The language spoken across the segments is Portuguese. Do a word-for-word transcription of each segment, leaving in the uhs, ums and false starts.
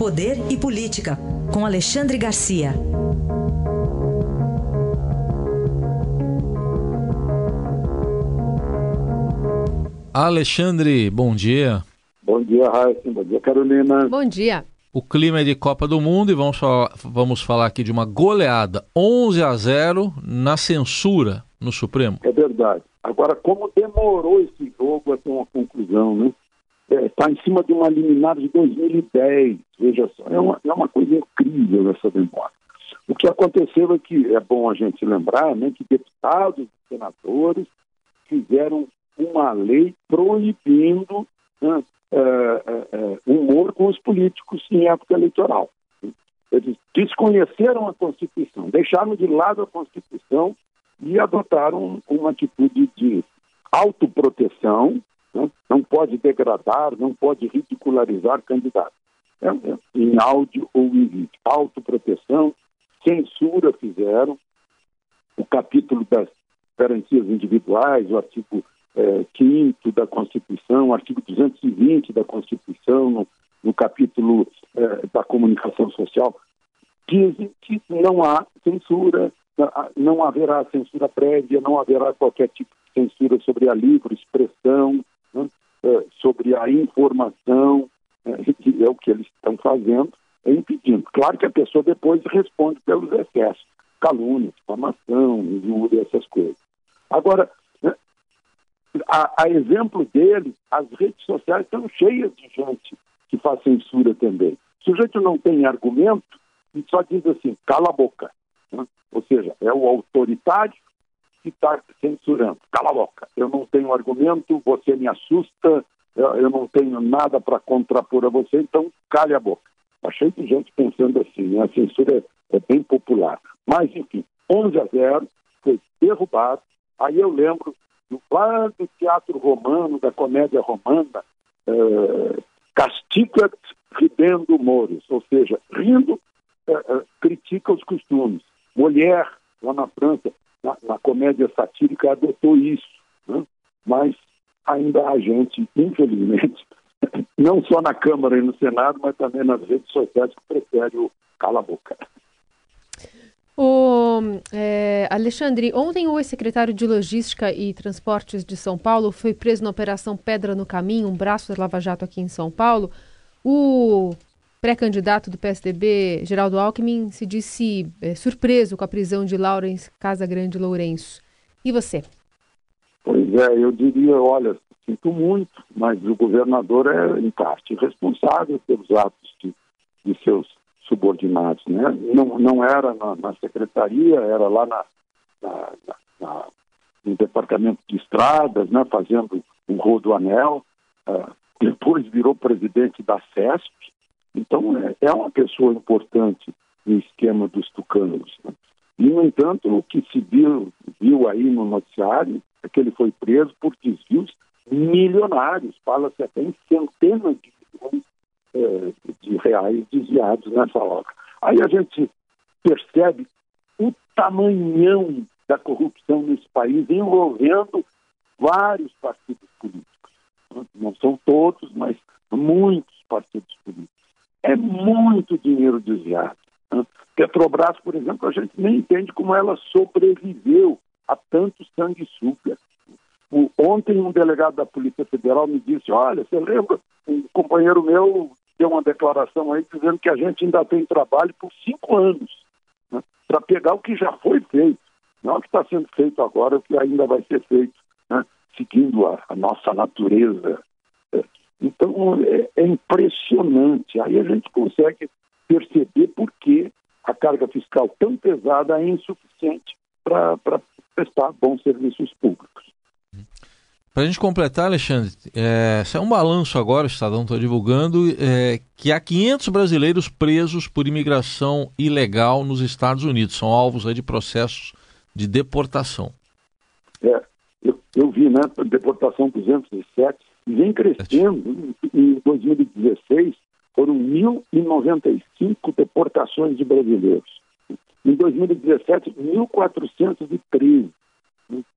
Poder e Política, com Alexandre Garcia. Alexandre, bom dia. Bom dia, Raíssa. Bom dia, Carolina. Bom dia. O clima é de Copa do Mundo e vamos falar, vamos falar aqui de uma goleada onze a zero na censura no Supremo. É verdade. Agora, como demorou esse jogo a ter uma conclusão, né? Está é, em cima de uma liminar de dois mil e dez, veja só. É uma, é uma coisa incrível essa demora. O que aconteceu é que, é bom a gente lembrar, né, que deputados e senadores fizeram uma lei proibindo né, é, é, humor com os políticos em época eleitoral. Eles desconheceram a Constituição, deixaram de lado a Constituição e adotaram uma atitude de autoproteção, né? Não pode degradar, não pode ridicularizar candidatos, é, é, em áudio ou em vídeo. Autoproteção, censura fizeram, o capítulo das garantias individuais, o artigo é, quinto da Constituição, o artigo duzentos e vinte da Constituição, no, no capítulo é, da comunicação social, dizem que não há censura, não haverá censura prévia, não haverá qualquer tipo de censura sobre a livre expressão, né, sobre a informação, que é o que eles estão fazendo, é impedindo. Claro que a pessoa depois responde pelos excessos, calúnia, difamação, injúria, essas coisas. Agora, a, a exemplo deles, as redes sociais estão cheias de gente que faz censura também. O sujeito não tem argumento e só diz assim, cala a boca. Né? Ou seja, é o autoritário que está censurando. Cala a boca. Eu não tenho argumento, você me assusta, eu não tenho nada para contrapor a você, então cale a boca. Está cheio de gente pensando assim, né? A censura é, é bem popular. Mas, enfim, onze a zero, foi derrubado. Aí eu lembro do, lá do teatro romano, da comédia romana, é, castigat ridendo moros, ou seja, rindo, é, é, critica os costumes. Mulher, lá na França, na, na comédia satírica, adotou isso, né? Mas ainda há gente, infelizmente, não só na Câmara e no Senado, mas também nas redes sociais, que prefere o cala a boca. O, é, Alexandre, ontem o ex-secretário de Logística e Transportes de São Paulo foi preso na Operação Pedra no Caminho, um braço da Lava Jato aqui em São Paulo. O pré-candidato do P S D B, Geraldo Alckmin, se disse é, surpreso com a prisão de Laurence Casagrande Lourenço. E você? Pois é, eu diria, olha, sinto muito, mas o governador é, em parte, responsável pelos atos de, de seus subordinados, né? Não, não era na, na secretaria, era lá na, na, na, no departamento de estradas, né? Fazendo um rodoanel, uh, depois virou presidente da CESP, então é, é uma pessoa importante no esquema dos tucanos, né? E, no entanto, o que se viu, viu aí no noticiário é que ele foi preso por desvios milionários, fala-se até em centenas de milhões é, de reais desviados nessa obra. Aí a gente percebe o tamanhão da corrupção nesse país envolvendo vários partidos políticos. Não são todos, mas muitos partidos políticos. É muito dinheiro desviado. Né? Petrobras, por exemplo, a gente nem entende como ela sobreviveu a tanto sanguessuga. O, ontem um delegado da Polícia Federal me disse, olha, você lembra, um companheiro meu deu uma declaração aí dizendo que a gente ainda tem trabalho por cinco anos, né, para pegar o que já foi feito, não o que está sendo feito agora, o que ainda vai ser feito, né, seguindo a, a nossa natureza. Então é, é impressionante, aí a gente consegue perceber por que a carga fiscal tão pesada é insuficiente para prestar bons serviços públicos. Para a gente completar, Alexandre, é, é um balanço agora, o Estadão está divulgando, é, que há quinhentos brasileiros presos por imigração ilegal nos Estados Unidos. São alvos aí de processos de deportação. É, eu, eu vi, né, deportação duzentos e sete, e vem crescendo. Em dois mil e dezesseis, foram mil e noventa e cinco deportações de brasileiros. Em dois mil e dezessete, mil quatrocentos e treze.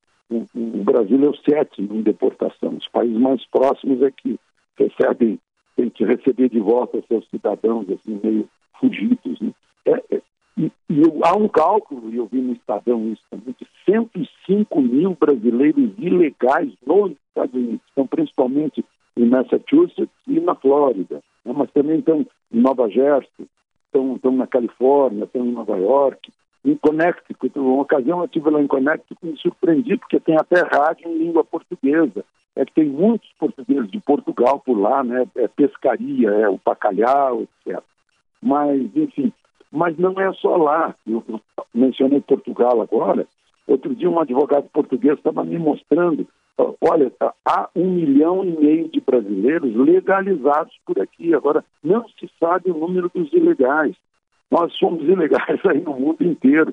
O Brasil é o sétimo em deportação. Os países mais próximos é que recebem tem que receber de volta seus cidadãos assim, meio fugidos. Né? É, é, e, e eu, há um cálculo, e eu vi no Estadão isso também, de cento e cinco mil brasileiros ilegais nos Estados Unidos, estão principalmente em Massachusetts e na Flórida, né? Mas também estão em Nova Jersey, estão, estão na Califórnia, estão em Nova York, em Connecticut. Uma ocasião eu estive lá em Connecticut e me surpreendi, porque tem até rádio em língua portuguesa. É que tem muitos portugueses de Portugal por lá, né? É pescaria, é o bacalhau, etcétera. Mas, enfim, mas não é só lá. Eu mencionei Portugal agora. Outro dia um advogado português estava me mostrando, olha, há um milhão e meio de brasileiros legalizados por aqui. Agora, não se sabe o número dos ilegais. Nós somos ilegais aí no mundo inteiro.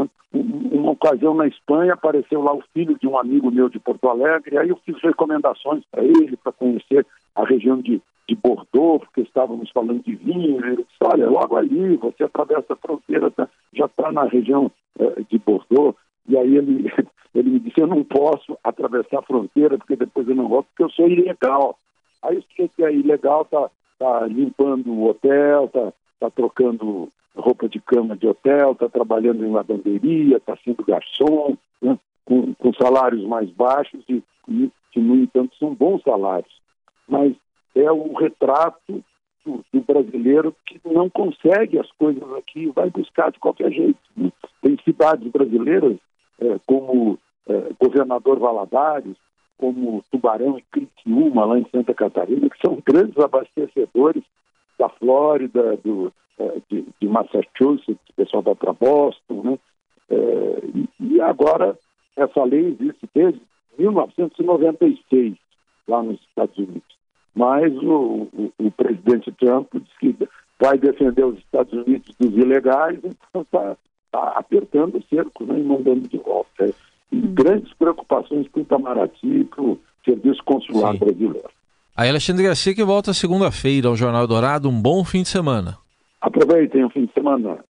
Uma ocasião na Espanha, apareceu lá o filho de um amigo meu de Porto Alegre, aí eu fiz recomendações para ele, para conhecer a região de, de Bordeaux, porque estávamos falando de vinho. Ele disse, olha, logo ali, você atravessa a fronteira, tá, já está na região eh, de Bordeaux. E aí ele, ele me disse, eu não posso atravessar a fronteira, porque depois eu não volto, porque eu sou ilegal. Aí eu expliquei que é ilegal, está tá limpando o hotel, está tá trocando roupa de cama de hotel, está trabalhando em lavanderia, está sendo garçom, né, com, com salários mais baixos e, e que, no entanto, são bons salários. Mas é o retrato do, do brasileiro que não consegue as coisas aqui e vai buscar de qualquer jeito. Né? Tem cidades brasileiras, é, como é, Governador Valadares, como Tubarão e Criciúma, lá em Santa Catarina, que são grandes abastecedores da Flórida, do, de, de Massachusetts, o pessoal vai para Boston, né? É, e, e agora essa lei existe desde mil novecentos e noventa e seis lá nos Estados Unidos. Mas o, o, o presidente Trump disse que vai defender os Estados Unidos dos ilegais, então está tá apertando o cerco, né, e mandando de volta. É, e hum. grandes preocupações para o Itamaraty e para o Serviço Consular Sim. brasileiro. Aí Alexandre Garcia que volta segunda-feira ao Jornal Dourado. Um bom fim de semana. Aproveitem o fim de semana.